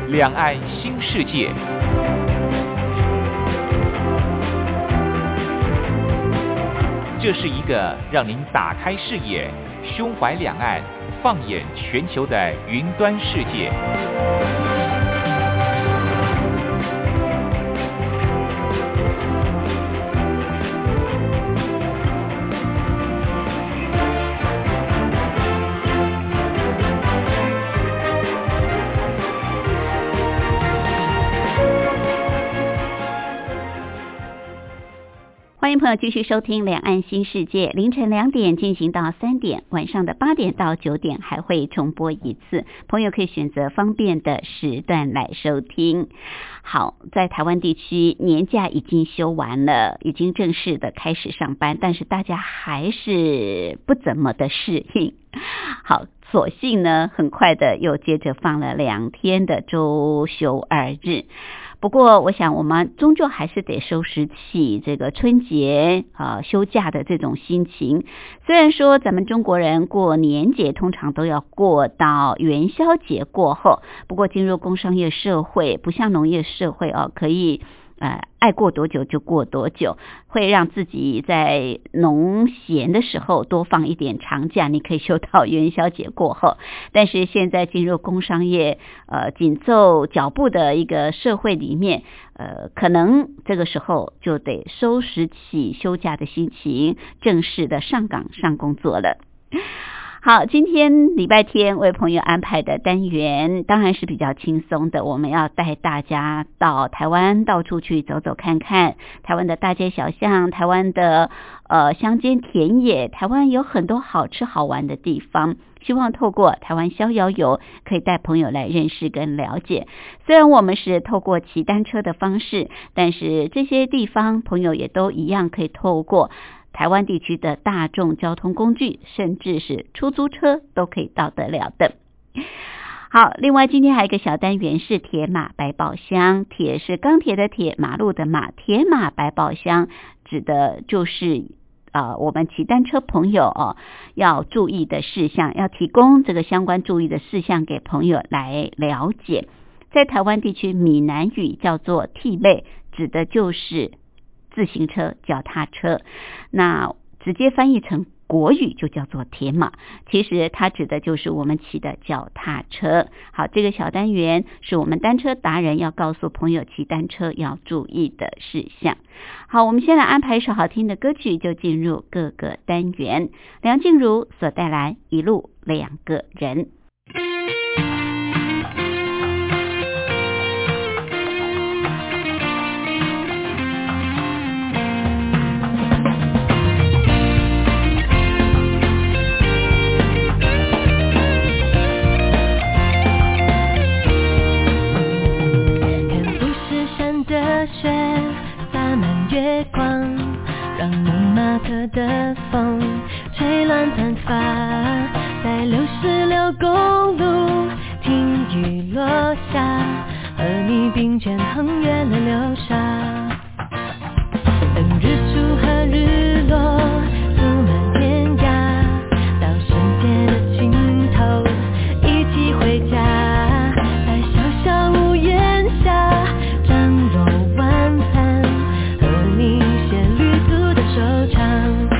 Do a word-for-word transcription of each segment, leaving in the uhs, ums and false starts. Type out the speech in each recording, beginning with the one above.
两岸新世界。这是一个让您打开视野、胸怀两岸、放眼全球的云端世界。 欢迎朋友继续收听两岸新世界，凌晨两点进行到三点，晚上的八点到九点还会重播一次，朋友可以选择方便的时段来收听。好，在台湾地区年假已经休完了，已经正式的开始上班，但是大家还是不怎么的适应。好，所幸呢很快的又接着放了两天的周休二日。不过我想我们终究还是得收拾起这个春节啊、呃、休假的这种心情。虽然说咱们中国人过年节通常都要过到元宵节过后，不过进入工商业社会不像农业社会哦，可以呃，爱过多久就过多久，会让自己在农闲的时候多放一点长假，你可以休到元宵节过后。但是现在进入工商业呃紧凑脚步的一个社会里面，呃，可能这个时候就得收拾起休假的心情，正式的上岗上工作了。好，今天礼拜天为朋友安排的单元当然是比较轻松的，我们要带大家到台湾到处去走走看看，台湾的大街小巷，台湾的呃乡间田野，台湾有很多好吃好玩的地方，希望透过台湾逍遥游可以带朋友来认识跟了解。虽然我们是透过骑单车的方式，但是这些地方朋友也都一样可以透过台湾地区的大众交通工具，甚至是出租车都可以到得了的。好，另外今天还有一个小单元是铁马百宝箱，铁是钢铁的铁，马路的马，铁马百宝箱指的就是呃，我们骑单车朋友哦要注意的事项，要提供这个相关注意的事项给朋友来了解。在台湾地区，闽南语叫做替背，指的就是自行车、脚踏车，那直接翻译成国语就叫做铁马，其实它指的就是我们骑的脚踏车。好，这个小单元是我们单车达人要告诉朋友骑单车要注意的事项。好，我们先来安排一首好听的歌曲，就进入各个单元。梁静茹所带来一路两个人。 的风吹乱头发，在六十六公路听雨落下，和你并肩横越了流沙，等日出和日落铺满天涯，到世界的尽头一起回家，在小小屋檐下张罗晚餐，和你写旅途的收场。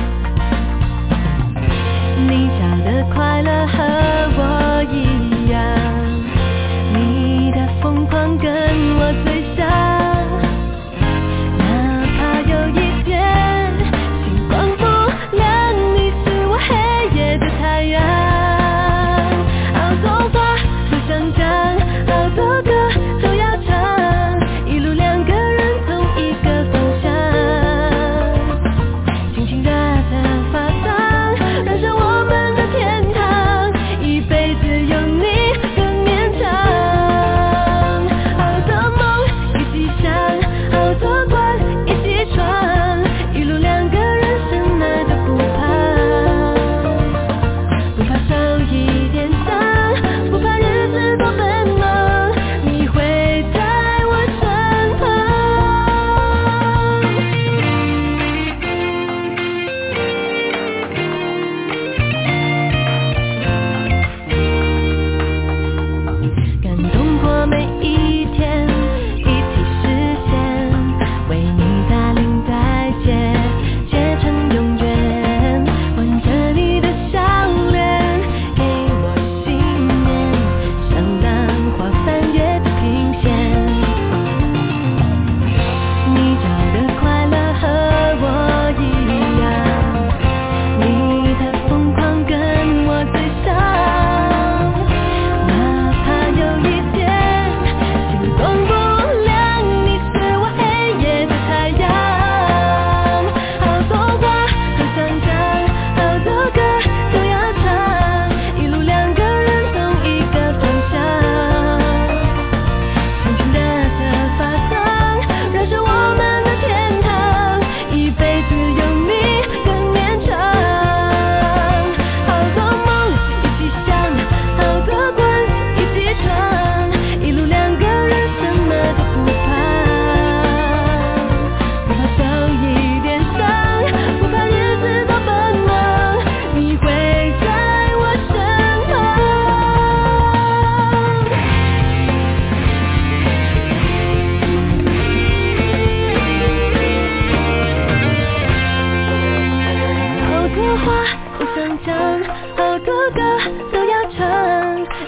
你笑的快乐和我一样，你的疯狂跟我最像，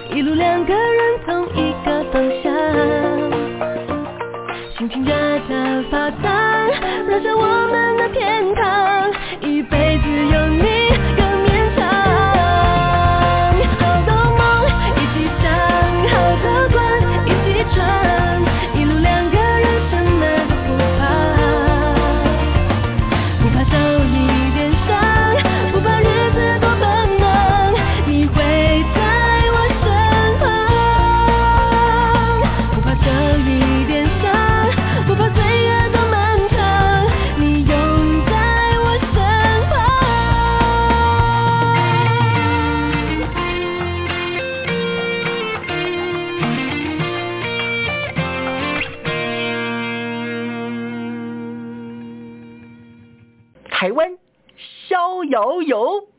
一路两个人同一个方向，心情热的发烫，燃烧我们的天堂，一辈子有你更绵长。好多梦一起想，好多关一起闯，一路两个人什么都不怕，不怕受一点伤，不怕日子多奔忙，你会在我身旁，不怕受一点伤，不怕岁月多漫长，你永在我身旁。 台湾逍遥游。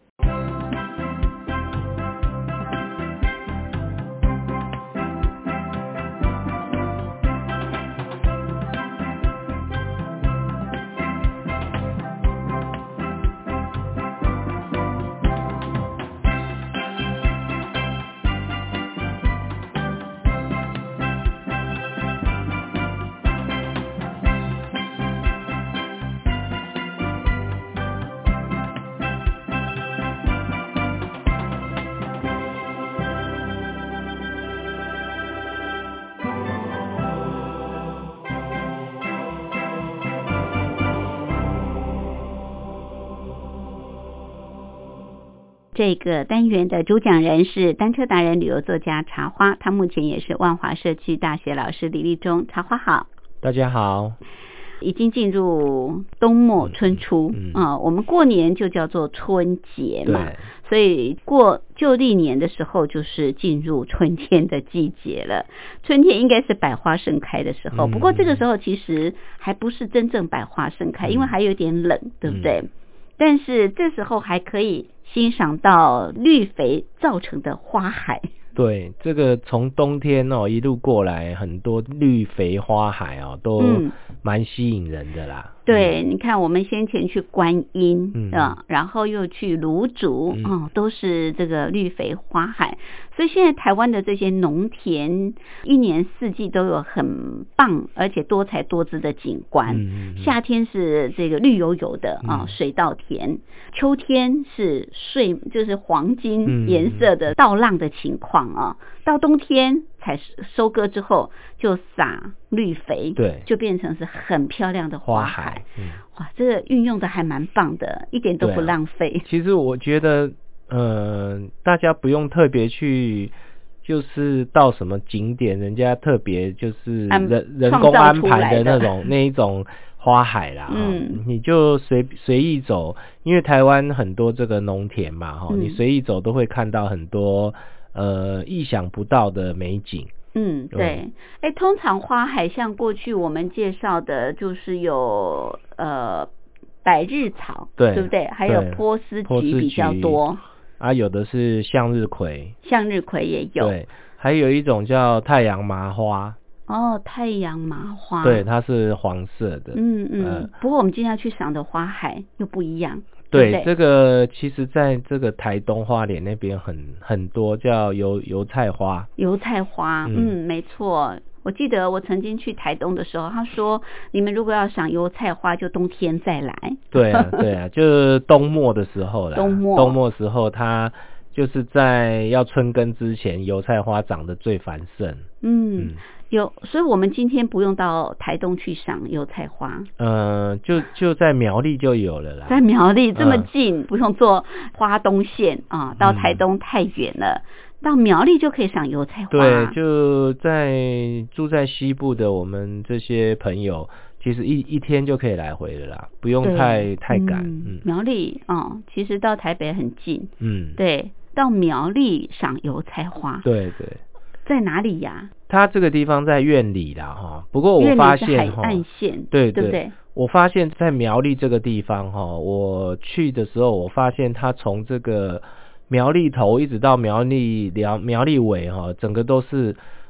这个单元的主讲人是单车达人、旅游作家茶花，他目前也是万华社区大学老师李立忠。茶花好。 大家好。 已经进入冬末春初、嗯嗯、啊，我们过年就叫做春节嘛，所以过旧历年的时候就是进入春天的季节了。春天应该是百花盛开的时候、嗯、不过这个时候其实还不是真正百花盛开、嗯、因为还有点冷，对不对、嗯、但是这时候还可以欣赏到绿肥造成的花海。 对，这个从冬天哦一路过来，很多绿肥花海哦都蛮吸引人的啦。 嗯、对、嗯，你看我们先前去观音，嗯，啊、然后又去芦竹，嗯、哦，都是这个绿肥花海。所以现在台湾的这些农田，一年四季都有很棒而且多彩多姿的景观。嗯、夏天是这个绿油油的啊、嗯、水稻田，秋天是水就是黄金颜色的稻浪的情况。啊，到冬天才收割之后就撒绿肥， 对， 就变成是很漂亮的花海。花海嗯、哇，这个运用的还蛮棒的，一点都不浪费。 啊、其实我觉得，呃，大家不用特别去，就是到什么景点，人家特别就是人人工安排的那种那一种花海啦，嗯，你就随随意走，因为台湾很多这个农田嘛，哈、嗯，你随意走都会看到很多。呃，意想不到的美景。 嗯，对。哎，通常花海像过去我们介绍的，就是有呃百日草， 对， 对不对？还有波斯菊比较多。 啊，有的是向日葵， 向日葵也有。 对，还有一种叫太阳麻花。 哦，太阳麻花。 对，它是黄色的。 嗯嗯、呃。不过我们今天要去赏的花海又不一样。 对， 对对， 这个其实在这个台东花莲那边很很多叫油油菜花。 油菜花，嗯, 嗯，没错。我记得我曾经去台东的时候，他说你们如果要赏油菜花，就冬天再来。 对啊，对啊，就是冬末的时候啦。 冬末， 冬末时候，它就是在要春耕之前，油菜花长得最繁盛。嗯。嗯有，所以我们今天不用到台东去赏油菜花， 呃，就就在苗栗就有了啦。 在苗栗这么近，嗯、不用坐花东线啊，到台东太远了，嗯、到苗栗就可以赏油菜花。 对，就在住在西部的我们这些朋友，其实一一天就可以来回了啦，不用太太赶。 嗯嗯、苗栗哦，其实到台北很近。 嗯， 对，到苗栗赏油菜花。 对对。 在哪里呀？ 它这个地方在苑里啦，哈。不过我发现海岸线， 对对, 对不对？ 我发现在苗栗这个地方哈，我去的时候，我发现它从这个苗栗头一直到苗栗苗苗栗尾哈，整个都是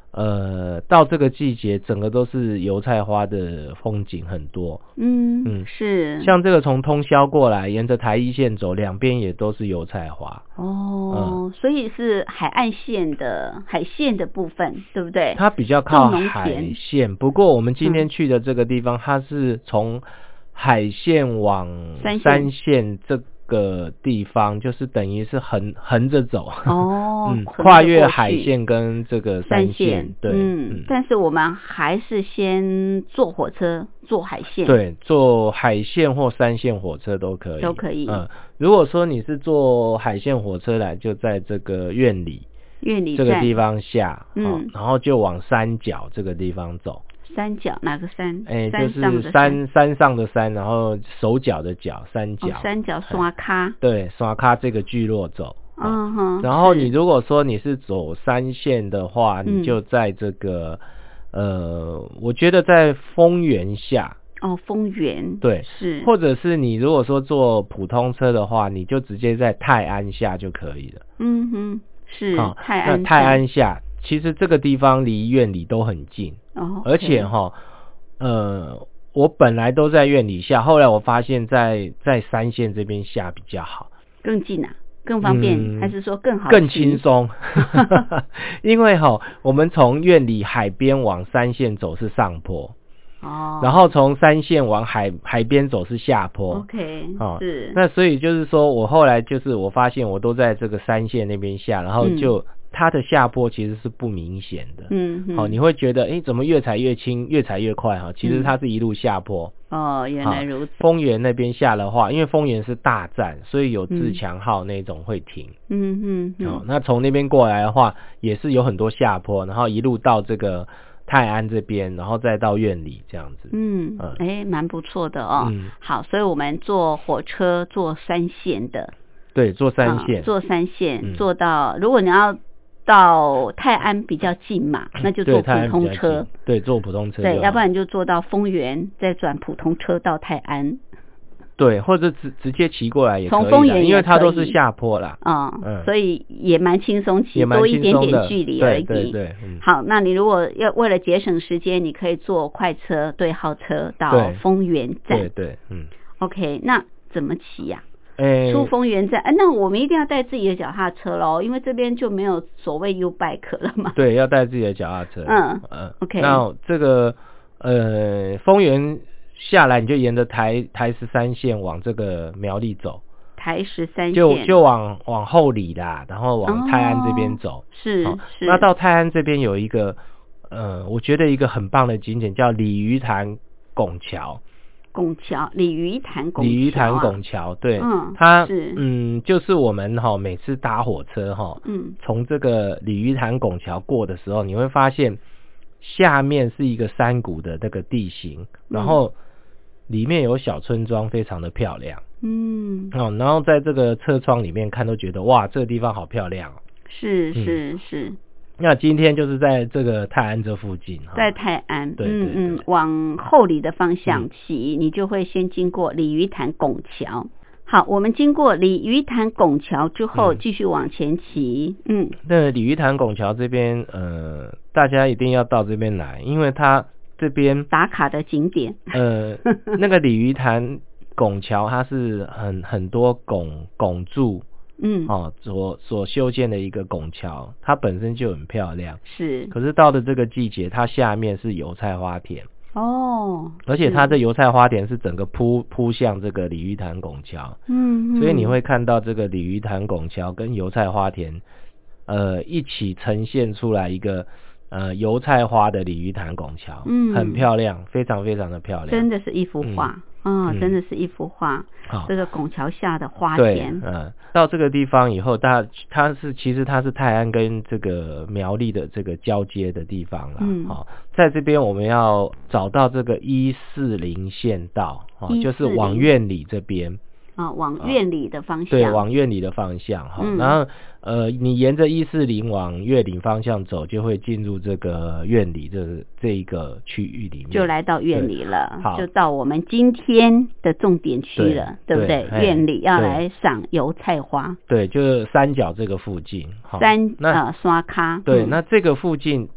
呃，到这个季节，整个都是油菜花的风景很多。 嗯嗯，是。 像这个从通霄过来，沿着台一线走，两边也都是油菜花。 哦、 嗯， 所以是海岸线的海线的部分，对不对？ 它比较靠海线，不过我们今天去的这个地方，嗯、它是从海线往山线这个地方，就是等于是横横着走哦， 嗯，跨越海线跟这个山线， 线对、 嗯，嗯，但是我们还是先坐火车坐海线， 对，坐海线或山线火车都可以， 都可以。 嗯，如果说你是坐海线火车来，就在这个苑里， 苑里这个地方下， 嗯、 哦，然后就往山脚这个地方走。 山脚哪个山？ 哎、欸，就是山山上的山，然后手脚的脚，山脚。哦、 山脚刷咖。 对，刷咖这个聚落走。 嗯哼。 然后你如果说你是走山线的话， 嗯、 你就在这个呃，我觉得在丰原下。 哦，丰原。 对， 是。 或者是你如果说坐普通车的话，你就直接在泰安下就可以了。 嗯哼，是。 哦、 泰安。 那泰安下。其实这个地方离苑里都很近， 哦， okay、 而且哈，呃，我本来都在苑里下，后来我发现在在山线这边下比较好， 更近啊，更方便，嗯、还是说更好？ 更轻松，因为哈，我们从苑里海边往山线走是上坡。 哦， 然后从山线往海海边走是下坡 ，OK， 哦， 是。 那所以就是说我后来就是我发现我都在这个山线那边下，然后就。嗯它的下坡其实是不明显的， 嗯，好、 哦，你会觉得，哎，怎么越踩越轻，越踩越快哈？其实它是一路下坡。 嗯、哦，原来如此。 丰原那边下的话，因为丰原是大站，所以有自强号那种会停。 嗯嗯嗯。 哦，那从那边过来的话，也是有很多下坡，然后一路到这个泰安这边，然后再到苑里这样子。 嗯，哎、嗯，蛮不错的哦。 嗯， 好，所以我们坐火车坐山线的。 对，坐山线。 嗯、坐山线， 嗯、 坐到如果你要。到泰安比较近嘛，那就坐普通车。 对，对坐普通车。 对，要不然你就坐到丰原，再转普通车到泰安。 对，或者直直接骑过来也可以。 从丰原， 因为它都是下坡啦。 嗯，嗯所以也蛮轻松，骑多一点点距离而已。 对对对、嗯。 好，那你如果要为了节省时间，你可以坐快车对号车到丰原站。 对 对, 对，嗯。 OK， 那怎么骑呀、啊？ 欸、 出丰原站，哎、啊，那我们一定要带自己的脚踏车咯，因为这边就没有所谓 U bike 了嘛。 对，要带自己的脚踏车。 嗯嗯 ，OK。 那这个呃，丰原下来，你就沿着台台十三线往这个苗栗走。 台十三线就就往往后里啦，然后往泰安这边走。 哦、是是。 那到泰安这边有一个呃，我觉得一个很棒的景点叫鲤鱼潭拱桥。 拱桥，鲤鱼潭拱桥、啊， 鲤鱼潭拱桥，对， 嗯， 它是， 嗯，就是我们哈、哦、每次搭火车哈、哦， 嗯， 从这个鲤鱼潭拱桥过的时候，你会发现下面是一个山谷的那个地形，然后里面有小村庄，非常的漂亮， 嗯， 哦，然后在这个车窗里面看都觉得哇，这个地方好漂亮、哦， 是是、嗯、是。 那今天就是在这个泰安这附近， 在泰安， 对对对嗯嗯，往后里的方向骑、嗯，你就会先经过鲤鱼潭拱桥。好，我们经过鲤鱼潭拱桥之后，继续往前骑。嗯， 那鲤鱼潭拱桥这边，呃，大家一定要到这边来，因为它这边打卡的景点。 呃，那个鲤鱼潭拱桥，它是很很多拱拱柱。 嗯， 哦，所所修建的一个拱桥，它本身就很漂亮。 是。 可是到了这个季节，它下面是油菜花田。 哦。 而且它的油菜花田是整个铺铺向这个鲤鱼潭拱桥。 嗯, 嗯。 所以你会看到这个鲤鱼潭拱桥跟油菜花田，呃，一起呈现出来一个呃油菜花的鲤鱼潭拱桥。 嗯。 很漂亮，非常非常的漂亮。 真的是一幅画。嗯哦、嗯，真的是一幅画。 好， 这个拱桥下的花田。 对，嗯，到这个地方以后，它它是其实它是泰安跟这个苗栗的这个交接的地方啦。 嗯， 好、哦，在这边我们要找到这个一四零县道，哦，就是往苑里这边。 啊、哦，往苑里的方向。 对，往苑里的方向哈、嗯。然后呃，你沿着一四零往苑里方向走，就会进入这个苑里这这一个区域里面， 就来到苑里了。好，就到我们今天的重点区了， 对, 对不对？苑里要来赏油菜花。 对，就是山脚这个附近。 山呃刷咖。 对、 嗯， 那这个附近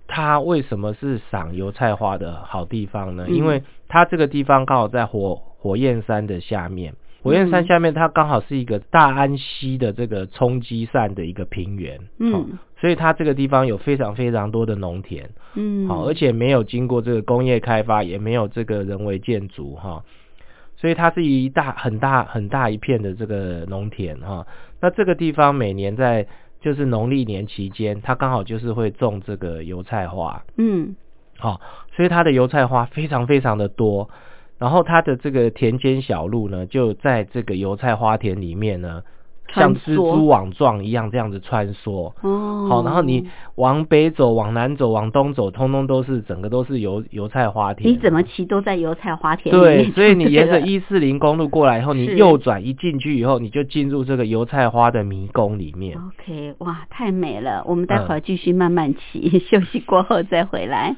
它为什么是赏油菜花的好地方呢？ 嗯、 因为它这个地方刚好在火火焰山的下面，火焰山下面它刚好是一个大安溪的这个冲积扇的一个平原，嗯、哦，所以它这个地方有非常非常多的农田，嗯，好、哦，而且没有经过这个工业开发，也没有这个人为建筑哈、哦，所以它是一大很大很大一片的这个农田哈、哦。那这个地方每年在就是农历年期间，它刚好就是会种这个油菜花，嗯，好、哦，所以它的油菜花非常非常的多。然后它的这个田间小路呢，就在这个油菜花田里面呢，像蜘蛛网状一样这样子穿梭。哦，好，然后你往北走、往南走、往东走，通通都是整个都是油油菜花田。 你怎么骑都在油菜花田里面。 对，所以你沿着一四零公路过来以后，你右转一进去以后，你就进入这个油菜花的迷宫里面。 OK， 哇，太美了！我们待会儿继续慢慢骑，嗯、休息过后再回来。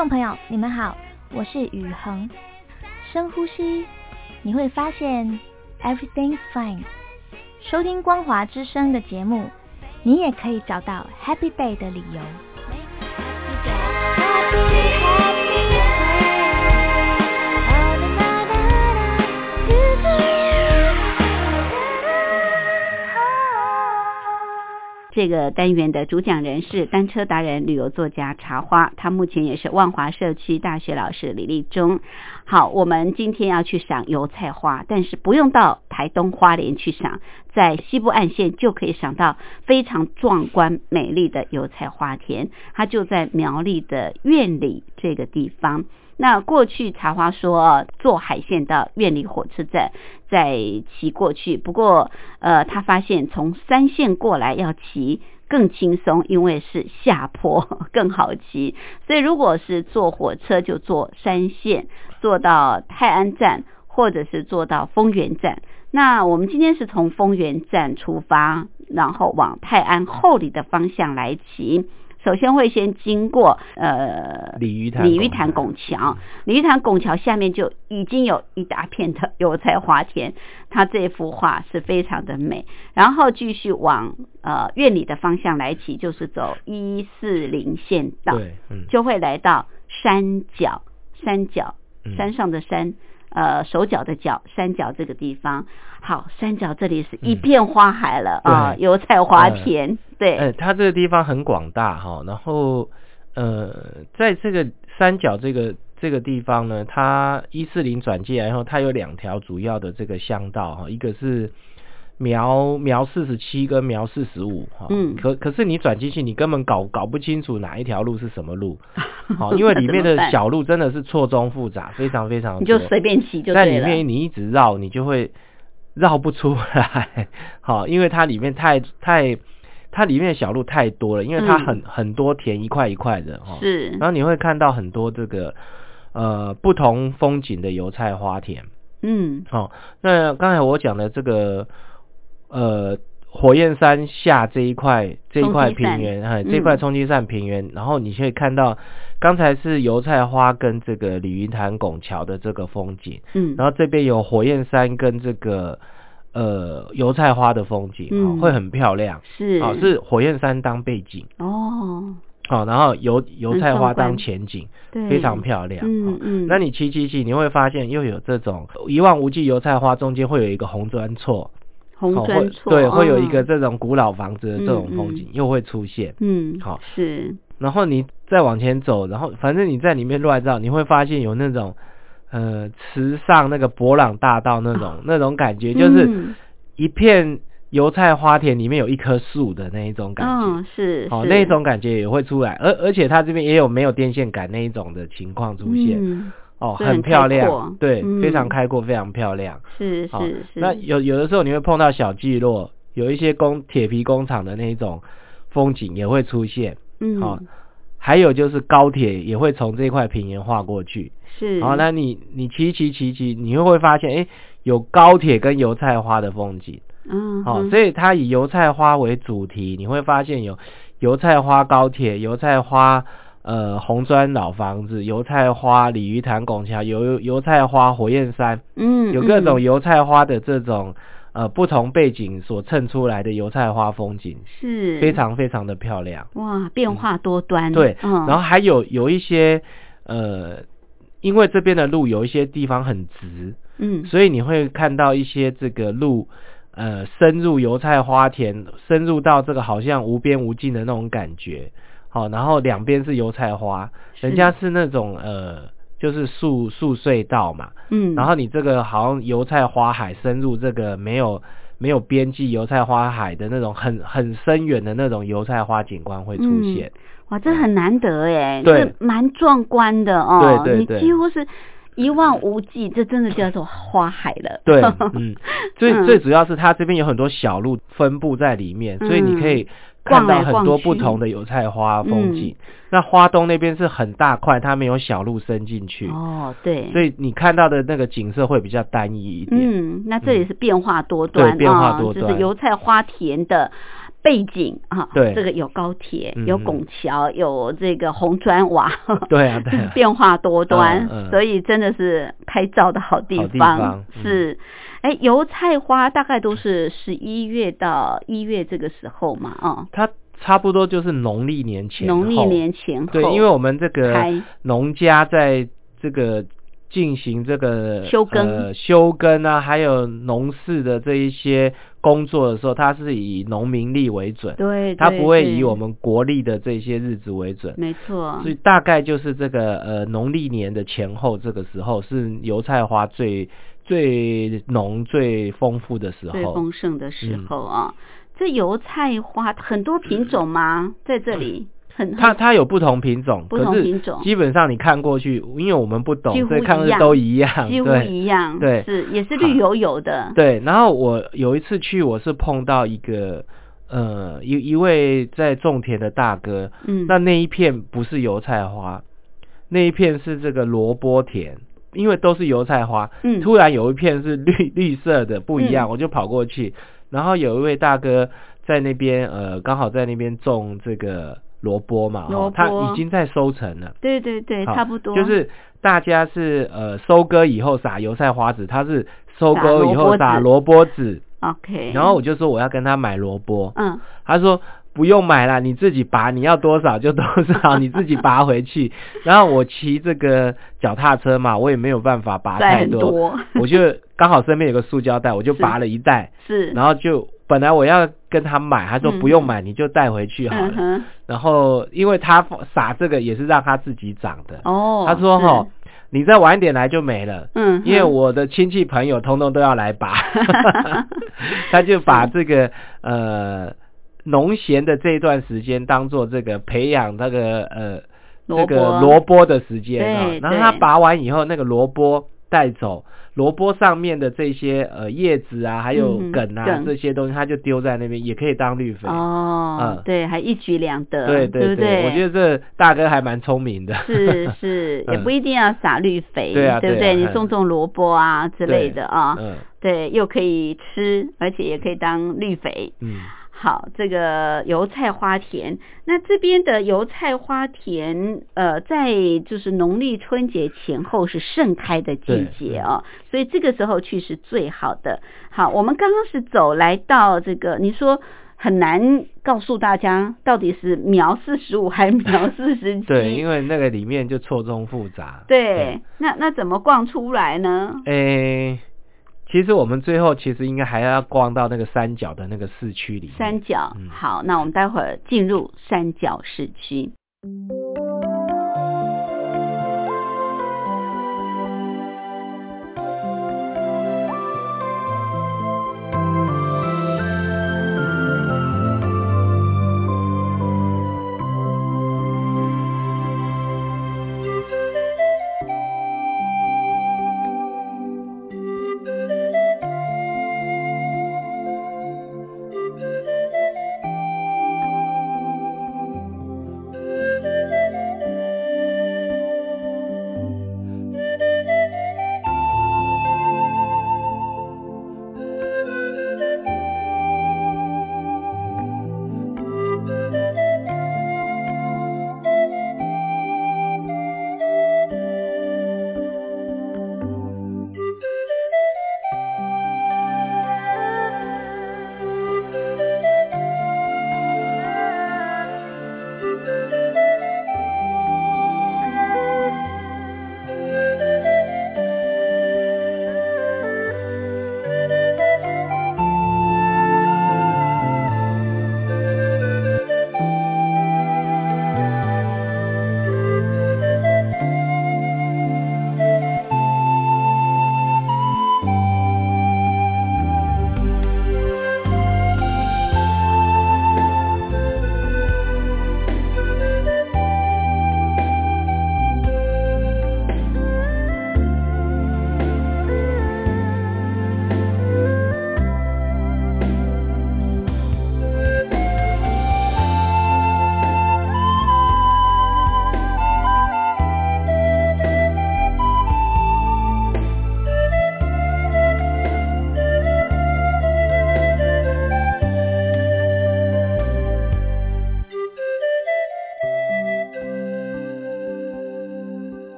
众朋友，你们好，我是宇恒。深呼吸，你会发现 everything's fine。收听光华之声的节目，你也可以找到 Happy Day 的理由。 这个单元的主讲人是单车达人、旅游作家茶花，他目前也是万华社区大学老师李立忠。好，我们今天要去赏油菜花，但是不用到台东花莲去赏，在西部岸线就可以赏到非常壮观美丽的油菜花田，它就在苗栗的苑里这个地方。那过去茶花说坐海线到苑里火车站再骑过去，不过呃他发现从山线过来要骑更轻松，因为是下坡更好骑，所以如果是坐火车就坐山线，坐到泰安站或者是坐到丰原站。那我们今天是从丰原站出发，然后往泰安后里的方向来骑。首先会先经过呃鲤鱼潭鲤鱼潭拱桥，鲤鱼潭拱桥下面就已经有一大片的油菜花田，它这幅画是非常的美。然后继续往呃苑里的方向来骑，就是走一四零县道， 对，嗯， 就会来到山脚，山脚，山上的山。呃，手脚的脚，山脚这个地方，好，山脚这里是一片花海了啊，油菜花田，呃、对， 呃，它这个地方很广大哈，然后呃，在这个山脚这个这个地方呢，它一四零转进来以后，它有两条主要的这个乡道哈，一个是苗苗四十七跟苗四十五哈，嗯，可可是你转进去，你根本搞搞不清楚哪一条路是什么路，好，因为里面的小路真的是错综复杂，非常非常多， 你就随便骑就对了。 在里面你一直绕，你就会绕不出来，好，因为它里面太太它里面的小路太多了，因为它很、嗯、很多田一块一块的哈， 是， 然后你会看到很多这个呃不同风景的油菜花田，嗯，好，那刚才我讲的这个。呃，火焰山下这一块这一块平原，哎，这块冲积扇平原，嗯，然后你可以看到，刚才是油菜花跟这个鲤鱼潭拱桥的这个风景，嗯，然后这边有火焰山跟这个呃油菜花的风景，嗯，会很漂亮， 是， 啊，是火焰山当背景， 哦， 好，然后油油菜花当前景，非常漂亮，嗯嗯，那你骑骑骑，你会发现又有这种一望无际油菜花中间会有一个红砖厝。 红砖厝， 对，会有一个这种古老房子的这种风景，嗯嗯，又会出现。嗯，好， 是。 然后你再往前走，然后反正你在里面乱绕，你会发现有那种呃池上那个博朗大道那种、啊、那种感觉，就是一片油菜花田里面有一棵树的那一种感觉。 嗯，是。 好、哦，那一种感觉也会出来，而而且它这边也有没有电线杆那一种的情况出现。嗯，哦，很漂亮，对、嗯，非常开阔，非常漂亮。 是是、哦、是。 那有有的时候你会碰到小聚落，有一些工铁皮工厂的那种风景也会出现。嗯，好、哦，还有就是高铁也会从这块平原划过去。 是。 好、哦，那你你骑骑骑骑，你会发现，哎，有高铁跟油菜花的风景。嗯。好、哦，所以它以油菜花为主题，你会发现有油菜花高铁、油菜花。呃，红砖老房子、油菜花、鲤鱼潭拱桥、油油菜花、火焰山，嗯，有各种油菜花的这种呃不同背景所衬出来的油菜花风景， 是非常非常的漂亮。 哇，变化多端。 嗯、对、嗯，然后还有有一些呃，因为这边的路有一些地方很直，嗯，所以你会看到一些这个路呃深入油菜花田，深入到这个好像无边无尽的那种感觉。好，然后两边是油菜花，人家是那种呃，就是树树隧道嘛，嗯，然后你这个好像油菜花海深入这个没有没有边际油菜花海的那种很很深远的那种油菜花景观会出现。嗯、 哇，这很难得耶， 对， 蛮壮观的哦， 对对对， 你几乎是一望无际，这真的叫做花海了。 对，嗯，最最主要是它这边有很多小路分布在里面，嗯、所以你可以。看到很多不同的油菜花风景，嗯、那花东那边是很大块，它没有小路伸进去。 哦，对， 所以你看到的那个景色会比较单一一点。 嗯，那这里是变化多端， 对，变化多端， 哦、就是油菜花田的背景啊， 对， 这个有高铁， 嗯、 有拱桥，有这个红砖瓦， 对啊，对啊， 变化多端， 嗯嗯、 所以真的是拍照的好地方。 好地方是，哎、嗯，油菜花大概都是十一月到一月这个时候嘛，哦， 它差不多就是农历年前后， 农历年前后， 对，因为我们这个农家在这个进行这个休耕、 呃、休耕啊，还有农事的这一些工作的时候，它是以农民历为准， 对， 它不会以我们国历的这些日子为准， 没错。 所以大概就是这个呃农历年的前后，这个时候是油菜花最最浓、最丰富的时候， 最丰盛的时候啊。嗯，这油菜花很多品种吗？在这里很它它有不同品种， 不同品种， 可是基本上你看过去，因为我们不懂，所以看过去都一样， 几乎一样， 对， 是也是绿油油的。 对，然后我有一次去，我是碰到一个呃一一位在种田的大哥， 嗯， 那那一片不是油菜花，那一片是这个萝卜田。因为都是油菜花， 嗯， 突然有一片是绿绿色的，不一样， 嗯， 我就跑过去，然后有一位大哥在那边，呃，刚好在那边种这个萝卜嘛， 萝卜他已经在收成了， 对对对，差不多， 就是大家是呃收割以后撒油菜花籽，他是收割以后撒萝卜籽 ，OK， 然后我就说我要跟他买萝卜， 嗯， 他说不用买啦，你自己拔，你要多少就多少，你自己拔回去。然后我骑这个脚踏车嘛，我也没有办法拔太多， 多我就刚好身边有个塑胶袋，我就拔了一袋， 是， 然后就本来我要跟他买，他说不用买，嗯、你就带回去好了。 嗯、 然后因为他撒这个也是让他自己长的， 哦， 他说齁。你再晚一点来就没了， 嗯， 因为我的亲戚朋友通通都要来拔，他就把这个呃农闲的这一段时间当做这个培养那个呃这个萝卜的时间啊，然后他拔完以后，那个萝卜带走，萝卜上面的这些呃叶子啊，还有梗啊、嗯、这些东西，他就丢在那边，也可以当绿肥哦，嗯，对，还一举两得， 对对 对, 对, 对， 我觉得这大哥还蛮聪明的， 是是，也不一定要撒绿肥， 对啊， 对不对？ 对啊， 你种种萝卜啊之类的啊， 嗯， 对，又可以吃，而且也可以当绿肥， 嗯。 好，这个油菜花田，那这边的油菜花田，呃，在就是农历春节前后是盛开的季节哦，所以这个时候去是最好的。好，我们刚刚是走来到这个，你说很难告诉大家到底是苗四十五还是苗四十七？ 对，因为那个里面就错综复杂。 对， 对那那怎么逛出来呢？ 诶。其实我们最后其实应该还要逛到那个山脚的那个市区里面。 山脚， 嗯、 好，那我们待会儿进入山脚市区。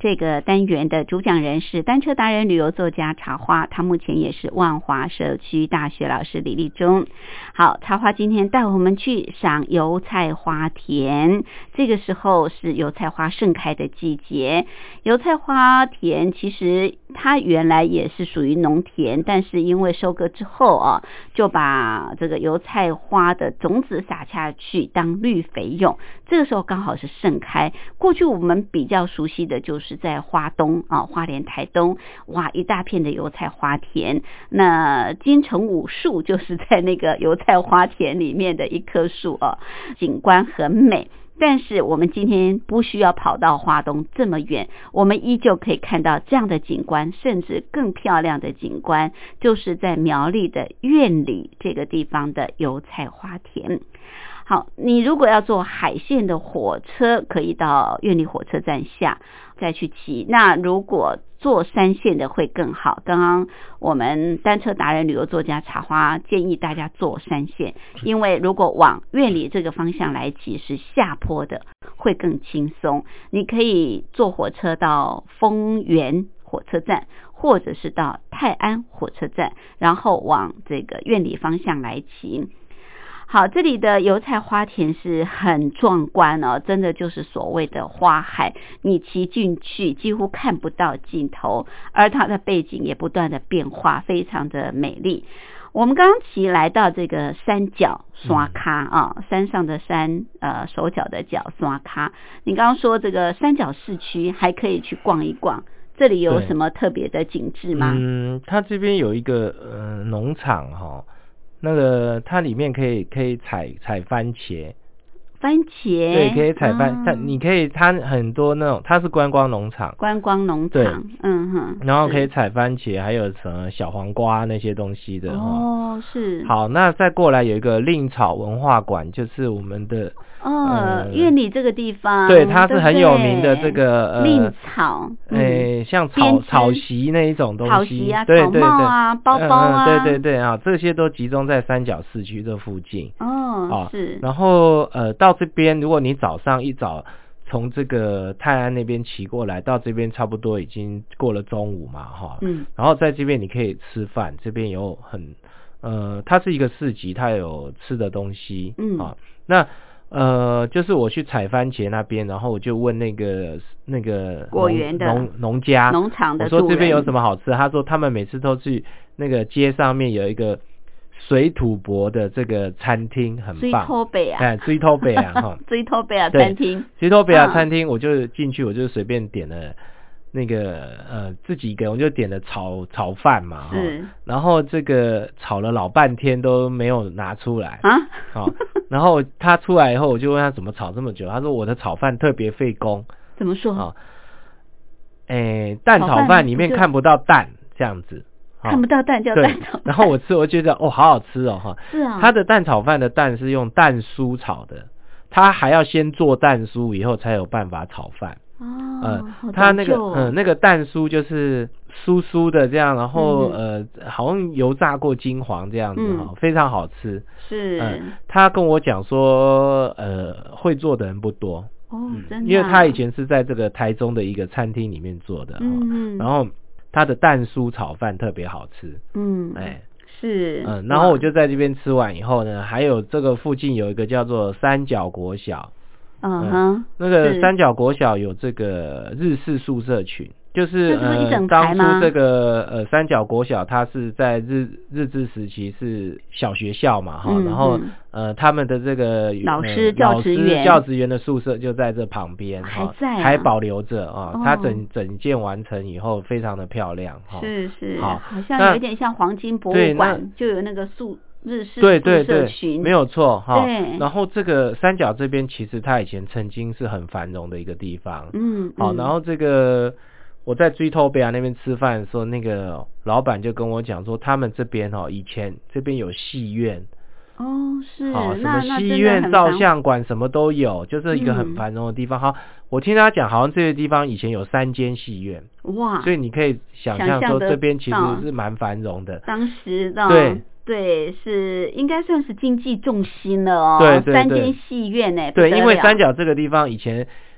这个单元的主讲人是单车达人、旅游作家茶花，他目前也是万华社区大学老师李立忠。好，茶花今天带我们去赏油菜花田，这个时候是油菜花盛开的季节。油菜花田其实它原来也是属于农田，但是因为收割之后啊，就把这个油菜花的种子撒下去当绿肥用，这个时候刚好是盛开。过去我们比较熟悉的就是在花东啊，花莲、台东，哇，一大片的油菜花田。那金城武树就是在那个油菜花田里面的一棵树啊，景观很美。但是我们今天不需要跑到花东这么远，我们依旧可以看到这样的景观，甚至更漂亮的景观，就是在苗栗的苑里这个地方的油菜花田。好，你如果要坐海线的火车，可以到苑里火车站下再去骑。那如果坐山线的会更好。刚刚我们单车达人、旅游作家茶花建议大家坐山线，因为如果往苑里这个方向来骑是下坡的，会更轻松。你可以坐火车到丰原火车站，或者是到泰安火车站，然后往这个苑里方向来骑。好，这里的油菜花田是很壮观哦，真的就是所谓的花海，你骑进去几乎看不到尽头，而它的背景也不断的变化，非常的美丽。我们刚刚骑来到这个山脚刷咖啊，山上的山，呃，手脚的脚刷咖。你刚刚说这个山脚市区还可以去逛一逛，这里有什么特别的景致吗？ 嗯，它这边有一个呃农场哈、哦。那个它里面可以可以采采番茄， 番茄对，可以采番，它、嗯、你可以它很多那种，它是观光农场， 观光农场，嗯哼， 然后可以采番茄，还有什么小黄瓜那些东西的哦，是。 好，那再过来有一个令草文化馆，就是我们的哦，苑里这个地方， 对，它是很有名的这个呃令草， 诶、嗯，像草草席那一种东西， 草席啊， 对对对， 草帽啊，包包啊， 嗯、对对对啊，这些都集中在三角市区这附近。 哦， 啊、 是。 然后呃，到这边，如果你早上一早从这个泰安那边骑过来，到这边差不多已经过了中午嘛，哈， 嗯， 然后在这边你可以吃饭，这边有很呃，它是一个市集，它有吃的东西， 嗯， 啊，那。呃，就是我去采番茄那边，然后我就问那个那个果园的农农家农场的， 我说这边有什么好吃？他说他们每次都去那个街上面有一个水土伯的这个餐厅，很棒。水土伯啊， 哎，水土伯啊，哈， 水土伯啊餐厅， 水土伯啊餐厅，我就进去，我就随便点了。那个呃自己一个人我就点了炒炒饭嘛， 是， 然后这个炒了老半天都没有拿出来啊， 好，然后他出来以后我就问他怎么炒这么久，他说我的炒饭特别费工。 怎么说？ 啊，诶，蛋炒饭里面看不到蛋这样子， 看不到蛋叫蛋炒饭。 然后我吃我觉得哦好好吃哦哈， 是啊， 他的蛋炒饭的蛋是用蛋酥炒的，他还要先做蛋酥以后才有办法炒饭。 哦， 呃，它那个嗯、呃、那个蛋酥就是酥酥的这样，然后、嗯、呃好像油炸过金黄这样子哈、嗯，非常好吃。 是， 呃，他跟我讲说，呃，会做的人不多哦，真的、啊， 因为他以前是在这个台中的一个餐厅里面做的， 嗯， 然后他的蛋酥炒饭特别好吃， 嗯， 哎。 是， 嗯，然后我就在这边吃完以后呢，还有这个附近有一个叫做三角国小。 嗯哼， 那个三角国小有这个日式宿舍群，就是呃当初这个呃三角国小它是在日日治时期是小学校嘛哈、嗯，然后呃他们的这个老师、呃、 教职员教职员的宿舍就在这旁边， 还在、啊、 还保留着啊、 哦， 它整整建完成以后非常的漂亮哈， 是是， 好， 好像有一点像黄金博物馆，就有那个宿。日式对对对， 群没有错哈。 对， 然后这个三角这边其实它以前曾经是很繁荣的一个地方。 嗯， 好， 嗯然后这个我在追头北亚那边吃饭的时候，那个老板就跟我讲说，他们这边哦，以前这边有戏院。 哦，是， 好，什么戏院、照相馆什么都有，就是一个很繁荣的地方。好、嗯，我听他讲，好像这个地方以前有三间戏院。 哇， 所以你可以想象说，这边其实是蛮繁荣的。 当时的对。 对，是应该算是经济重心了哦。 对对对， 三间戏院呢。 对，因为三角这个地方以前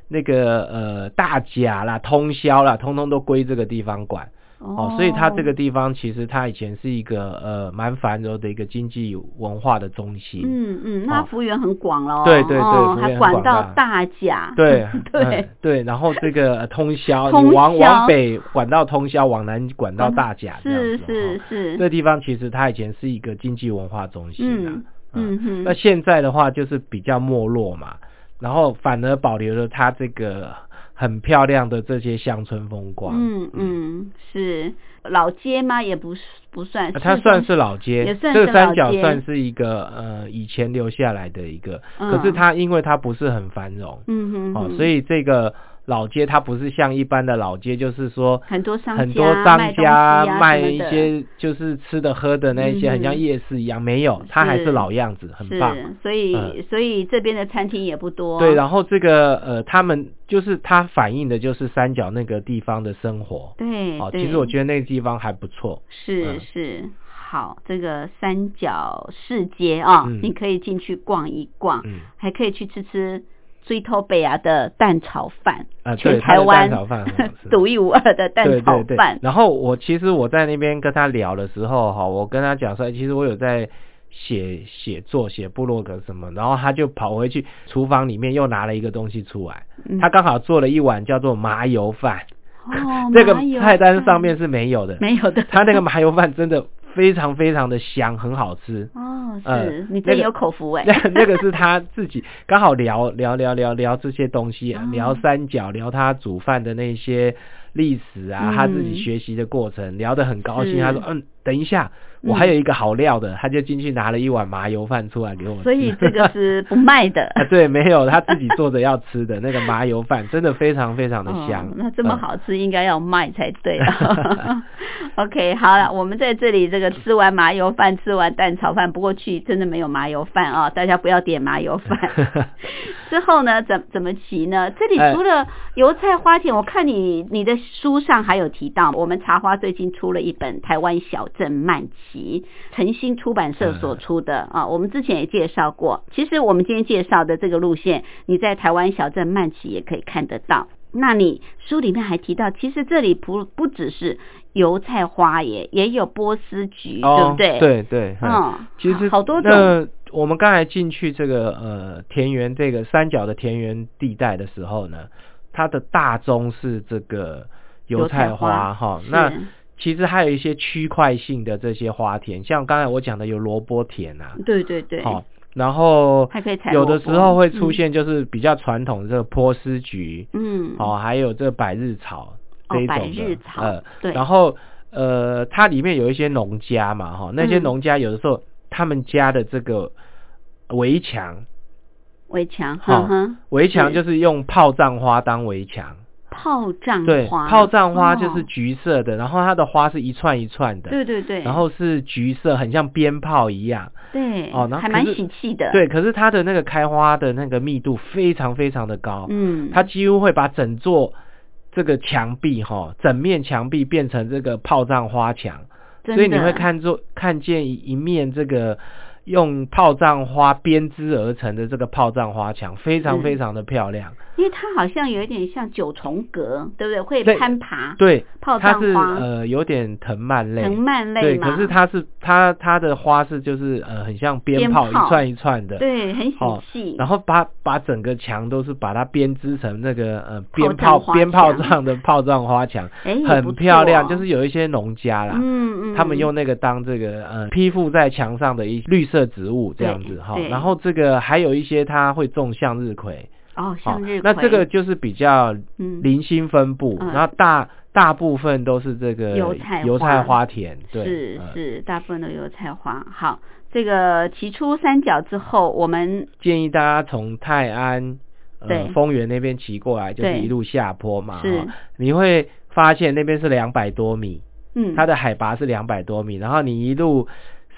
那个呃大甲啦、通霄啦，通通都归这个地方管。哦，所以它这个地方其实它以前是一个呃蛮繁荣的一个经济文化的中心。 嗯嗯，那幅员很广咯。 对对对， 哦、还管到大甲。 对对、 嗯、对，然后这个通霄，你往往北管到通霄，往南管到大甲、嗯， 是是是。 这个地方其实它以前是一个经济文化中心啊。 嗯嗯嗯。 那现在的话就是比较没落嘛，然后反而保留了它这个很漂亮的这些乡村风光。 嗯嗯，是老街吗？也不是不算， 它算是老街， 也算是老街。 这个三角算是一个呃以前留下来的一个，嗯、可是它因为它不是很繁荣， 嗯哼哼， 哦，所以这个老街它不是像一般的老街，就是说很多商家很多商家卖一些就是吃的喝的那一些，嗯、很像夜市一样，没有，它还是老样子，很棒。 所以、 嗯、 所以这边的餐厅也不多。 对，然后这个呃他们就是它反映的就是三角那个地方的生活。 对， 哦，其实我觉得那个地方还不错。 是、嗯、是。好，这个三角市街啊、哦嗯，你可以进去逛一逛，嗯、还可以去吃吃水土北亚的蛋炒饭， 啊， 全台湾独一无二的蛋炒饭。 对对对。然后我其实我在那边跟他聊的时候，哈，我跟他讲说，其实我有在写写作、写部落格什么，然后他就跑回去厨房里面又拿了一个东西出来，嗯、他刚好做了一碗叫做麻油饭。 哦， 这个菜单上面是没有的， 没有的。 他那个麻油饭真的非常非常的香，很好吃。 哦，是、呃、你真有口福哎、 欸。那, 那个是他自己刚好聊聊聊聊聊这些东西、啊哦，聊三角，聊他煮饭的那些历史啊、嗯，他自己学习的过程，聊得很高兴。他说：“嗯，等一下，我还有一个好料的。嗯”他就进去拿了一碗麻油饭出来给我吃。 所以这个是不卖的。 啊，对，没有，他自己做着要吃的那个麻油饭，真的非常非常的香。 哦、那这么好吃，嗯、应该要卖才对啊。OK， 好了，我们在这里这个吃完麻油饭，吃完蛋炒饭，不过去真的没有麻油饭啊，大家不要点麻油饭。之后呢，怎怎么骑呢？这里除了油菜花田，我看你你的书上还有提到，我们茶花最近出了一本《台湾小镇慢骑》，诚心出版社所出的啊。我们之前也介绍过，其实我们今天介绍的这个路线，你在台湾小镇慢骑也可以看得到。那你书里面还提到，其实这里不不只是油菜花耶，也有波斯菊， 哦、 对不对？ 对对， 嗯， 其实好多种。 那我们刚才进去这个呃田园这个三角的田园地带的时候呢，它的大宗是这个油菜花哈。那其实还有一些区块性的这些花田，像刚才我讲的有萝卜田啊， 对对对， 好。然后还可以采有的时候会出现就是比较传统的这个波斯菊， 嗯， 哦，还有这个百日草这一种的， 哦、百日草， 呃， 对。 然后呃，它里面有一些农家嘛，哈、哦，那些农家有的时候、嗯、他们家的这个围墙， 围墙， 哈、哦，围墙就是用炮仗花当围墙。 炮仗花， 对，炮仗花就是橘色的、哦，然后它的花是一串一串的， 对对对， 然后是橘色，很像鞭炮一样， 对， 哦，然后还蛮喜气的， 对，可是它的那个开花的那个密度非常非常的高， 嗯， 它几乎会把整座这个墙壁哈、哦，整面墙壁变成这个炮仗花墙，所以你会看作看见一面这个用炮仗花编织而成的这个炮仗花墙，非常非常的漂亮。 因为它好像有一点像九重阁，对不对？会攀爬。 对， 炮仗花它是呃有点藤蔓类。 藤蔓类对，可是它是它它的花是就是呃很像鞭炮一串一串的， 对，很喜气、哦。 然后把把整个墙都是把它编织成那个呃鞭炮鞭炮状的炮仗花墙，很漂亮。就是有一些农家啦， 嗯嗯， 他们用那个当这个呃披附在墙上的一绿色植物这样子哈。然后这个还有一些它会种向日葵。 哦，向日葵、哦， 那这个就是比较零星分布，嗯、然后大大部分都是这个油菜油菜花田，对， 是是，大部分的油菜花。好，这个骑出三角之后，我们建议大家从泰安呃丰原那边骑过来，就是一路下坡嘛， 是、哦， 你会发现那边是两百多米， 嗯， 它的海拔是两百多米，然后你一路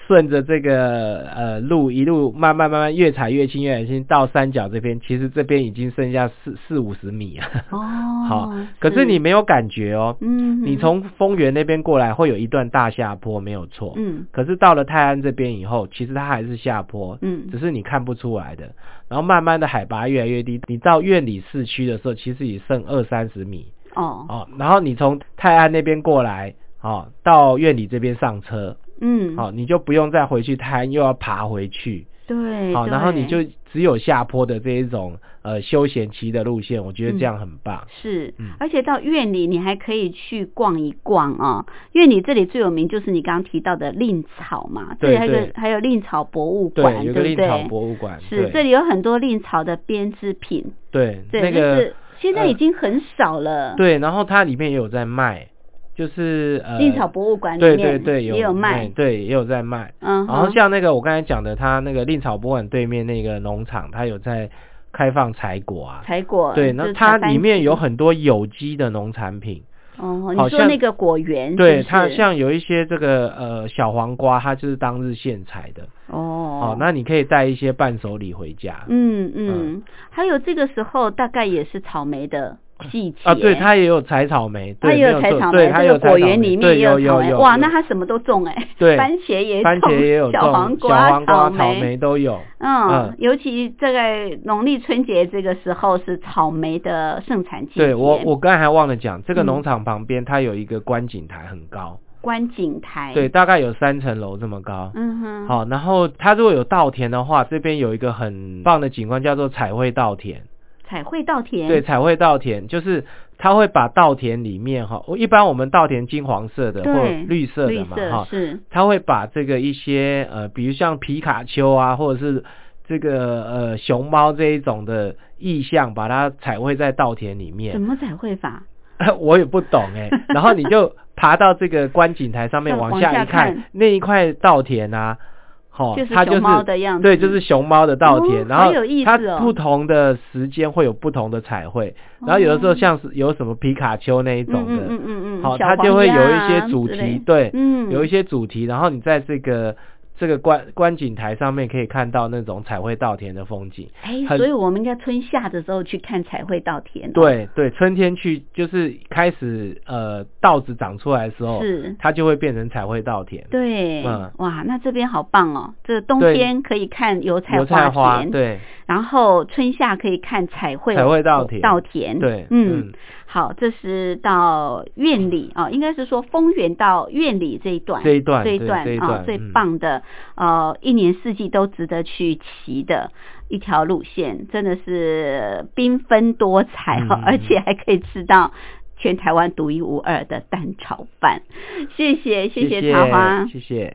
顺着这个呃路一路慢慢慢慢越踩越轻越踩越轻，到山脚这边，其实这边已经剩下四四五十米了。 哦， 好，可是你没有感觉哦。 嗯， 你从丰原那边过来会有一段大下坡，没有错。 嗯， 可是到了泰安这边以后，其实它还是下坡。 嗯， 只是你看不出来的。然后慢慢的海拔越来越低，你到苑里市区的时候，其实也剩二三十米。 哦哦，然后你从泰安那边过来，哦，到苑里这边上车。嗯，好、哦，你就不用再回去泰安，又要爬回去。 对， 好、哦，然后你就只有下坡的这一种呃休闲骑的路线，我觉得这样很棒。 嗯、是、 嗯， 而且到苑里你还可以去逛一逛哦。苑里这里最有名就是你刚刚提到的蔺草嘛， 对， 这里还有个还有蔺草博物馆， 对，有个蔺草博物馆， 是这里有很多蔺草的编织品。 对， 对， 那个、 就是现在已经很少了。 呃、对，然后它里面也有在卖。就是呃， 蔺草博物馆里面对对对有也有卖， 对也有在卖。 嗯， 然后像那个我刚才讲的，它那个蔺草博物馆对面那个农场，它有在开放采果啊， 采果。 对，那它里面有很多有机的农产品。 哦，你说那个果园， 对，它像有一些这个呃小黄瓜，它就是当日现采的。 哦， 哦，那你可以带一些伴手礼回家。 嗯嗯，嗯还有这个时候大概也是草莓的季节啊，对，它也有采草莓， 它也有采草莓， 对，它有果园里面也有草莓，哇，那它什么都种哎， 对， 番茄也番茄也有种， 小黄瓜、小黄瓜、 草莓, 草莓都有。 嗯，嗯尤其这个农历春节这个时候是草莓的盛产季节。 对，我我刚才还忘了讲，这个农场旁边它有一个观景台，很高。 观景台， 对，大概有三层楼这么高。 嗯哼， 好，然后它如果有稻田的话，这边有一个很棒的景观叫做彩绘稻田。 彩绘稻田， 对，彩绘稻田就是它会把稻田里面哈，一般我们稻田金黄色的或绿色的嘛哈， 是， 它会把这个一些呃，比如像皮卡丘啊，或者是这个呃熊猫这一种的意象，把它彩绘在稻田里面。 怎么彩绘法？ 我也不懂哎、欸，然后你就爬到这个观景台上面往下一看，看那一块稻田啊。 哦，就是熊猫的样子， 对，就是熊猫的稻田， 哦、 然后它哦、 不同的时间会有不同的彩绘，哦、然后有的时候像是有什么皮卡丘那一种的， 嗯嗯嗯嗯， 好、哦，它就会有一些主题，对， 嗯， 有一些主题，然后你在这个这个观观景台上面可以看到那种彩绘稻田的风景。 哎，所以我们应该春夏的时候去看彩绘稻田、哦。 对对，春天去就是开始呃稻子长出来的时候， 是它就会变成彩绘稻田。 对，嗯，哇，那这边好棒哦！这冬天可以看油菜花田， 花对， 然后春夏可以看彩绘彩绘稻田， 稻田对， 嗯。嗯好，这是到苑里啊，应该是说丰原到苑里这一段， 这一段， 这一段啊，最棒的、嗯、呃，一年四季都值得去骑的一条路线，真的是缤纷多彩哈、嗯，而且还可以吃到全台湾独一无二的蛋炒饭。谢谢，谢谢茶花， 谢谢。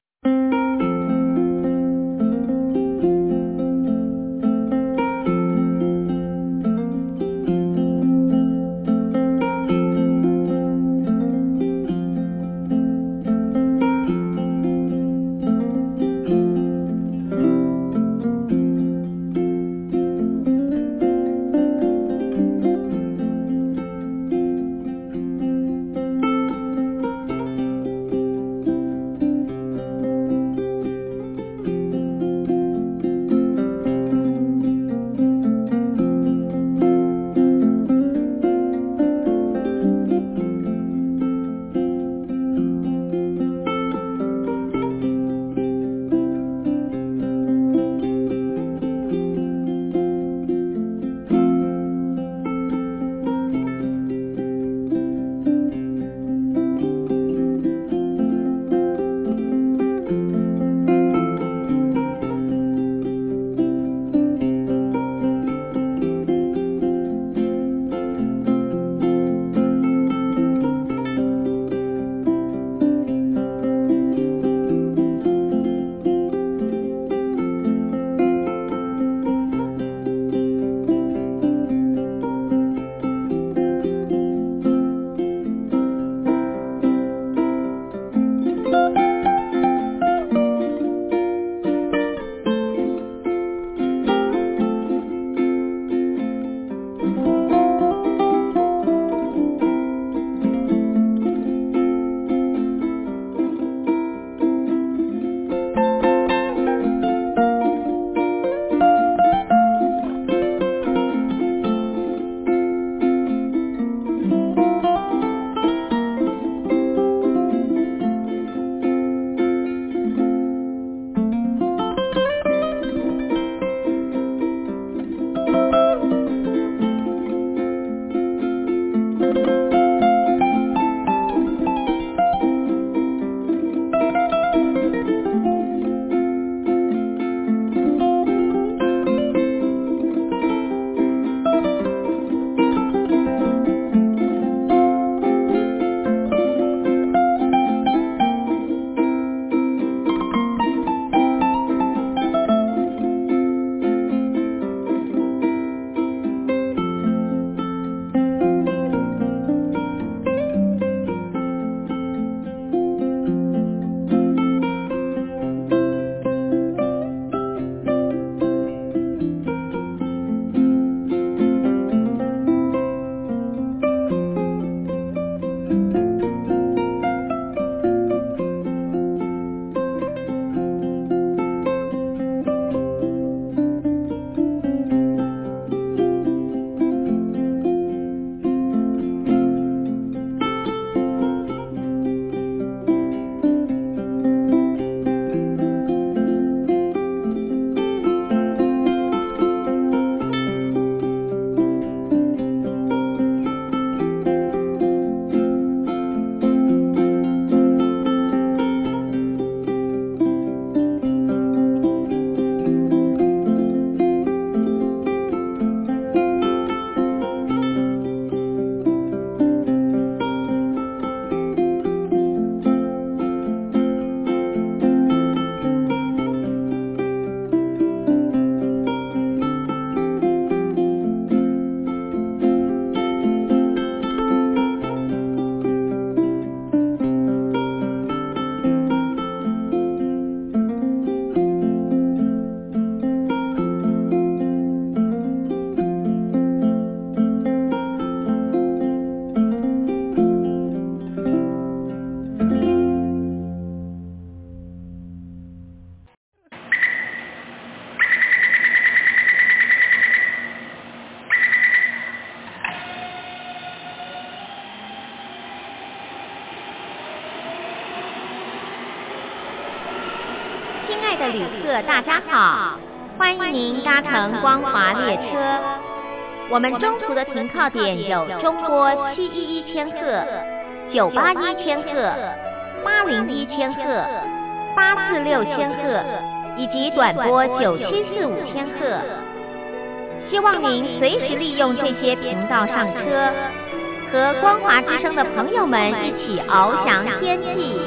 亲爱的旅客，大家好，欢迎您搭乘光华列车。我们中途的停靠点有中波七一一千赫、九八一千赫、八零一千赫、八四六千赫以及短波九七四五千赫。希望您随时利用这些频道上车，和光华之声的朋友们一起翱翔天际。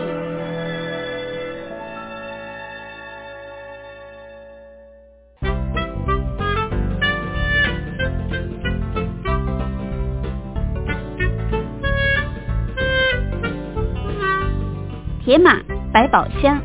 铁马百宝箱。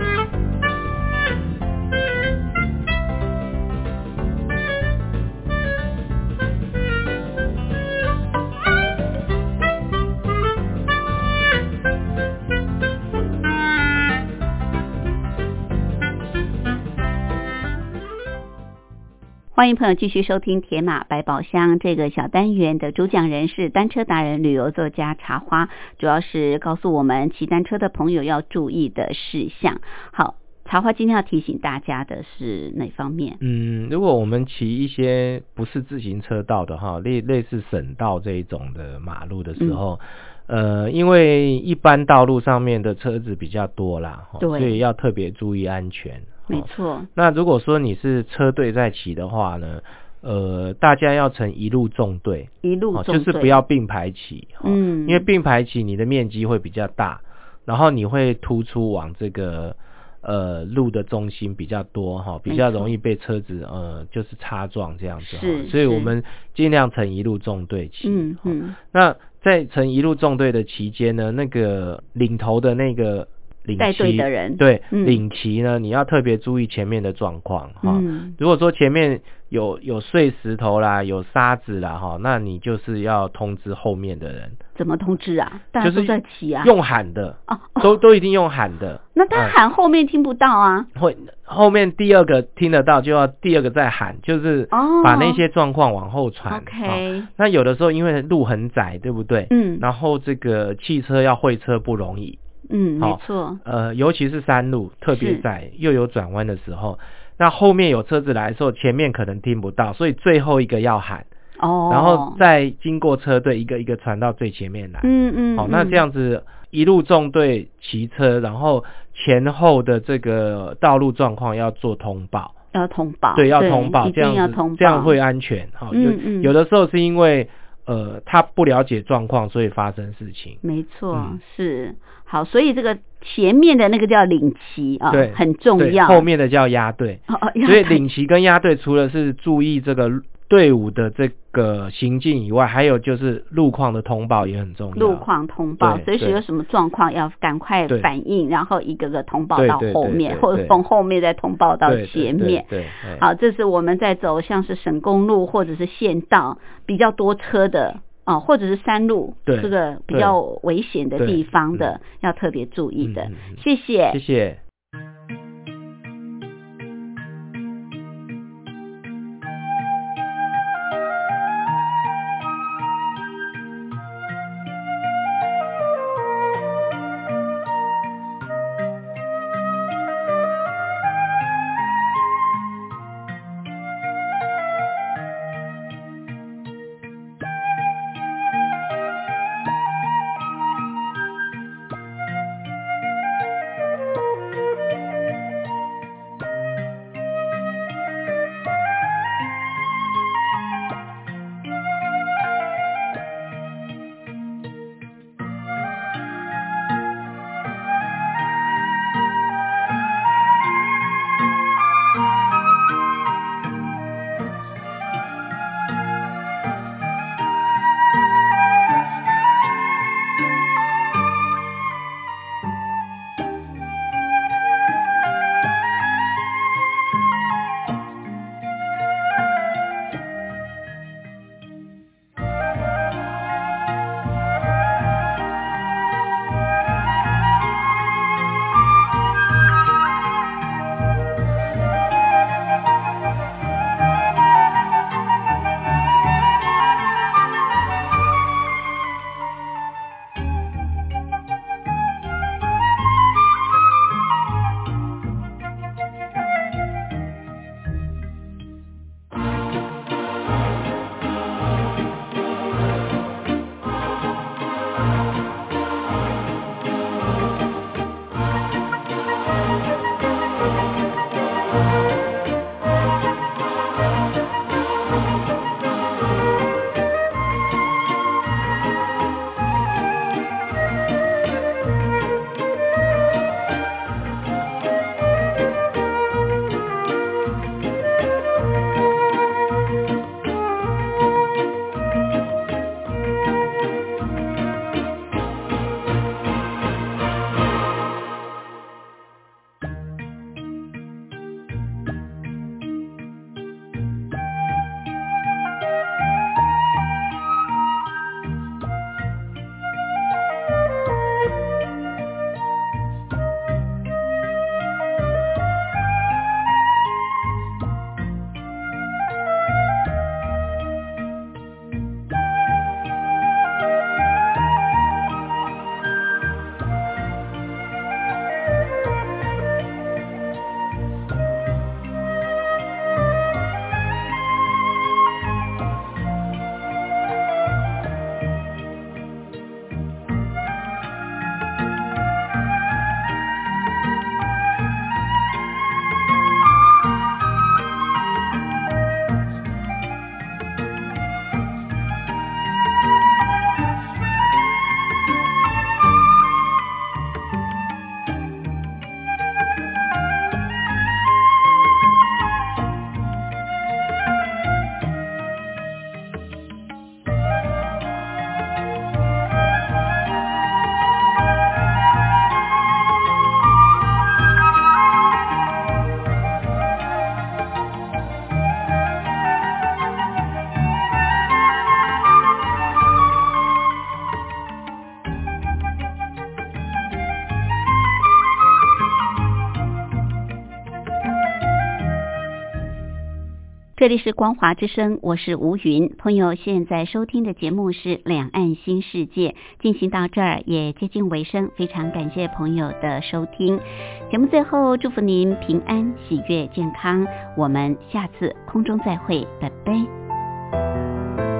欢迎朋友继续收听铁马百宝箱这个小单元的主讲人是单车达人旅游作家茶花，主要是告诉我们骑单车的朋友要注意的事项。好，茶花今天要提醒大家的是哪方面？嗯， 如果我们骑一些不是自行车道的哈，类类似省道这一种的马路的时候，嗯、呃，因为一般道路上面的车子比较多啦，所以要特别注意安全。 没错、哦。 那如果说你是车队在骑的话呢，呃，大家要成一路纵队， 一路纵队、哦、 就是不要并排骑，嗯，因为并排骑你的面积会比较大，然后你会突出往这个呃路的中心比较多哈，比较容易被车子呃就是擦撞这样子，是，所以我们尽量成一路纵队骑。嗯嗯。那在成一路纵队的期间呢，那个领头的那个。 带队的人对、嗯、领骑呢，你要特别注意前面的状况哈、嗯。如果说前面有有碎石头啦，有沙子啦哈，那你就是要通知后面的人。 怎么通知啊？大家都在骑啊， 用喊的哦， 都都一定用喊的。 那他喊后面听不到啊？ 嗯、会后面第二个听得到，就要第二个再喊，就是把那些状况往后传。 OK、哦。 那有的时候因为路很窄，对不对？ 嗯。 然后这个汽车要会车不容易。 嗯，没错。 呃，尤其是山路特别窄，又有转弯的时候，那后面有车子来的时候，前面可能听不到，所以最后一个要喊。哦。然后再经过车队一个一个传到最前面来。嗯嗯。好、哦，那这样子一路纵队骑车，然后前后的这个道路状况要做通报。 要通报。 对，要通报， 这样子这样会安全。好、哦，嗯嗯。有的时候是因为。呃，他不了解状况，所以发生事情。 没错、嗯，是好，所以这个前面的那个叫领骑啊， 对， 很重要。 后面的叫押队、哦，所以领骑跟押队除了是注意这个队伍的这个行进以外，还有就是路况的通报也很重要。 路况通报，随时有什么状况要赶快反应，然后一个个通报到后面，或者从后面再通报到前面。 对，对对对， 好，这是我们在走像是省公路或者是县道比较多车的哦，或者是山路这个比较危险的地方的，要特别注意的。嗯、谢谢， 谢谢。 这里是光华之声，我是吴云。朋友现在收听的节目是两岸新世界，进行到这儿也接近尾声，非常感谢朋友的收听。节目最后祝福您平安喜悦健康，我们下次空中再会，拜拜。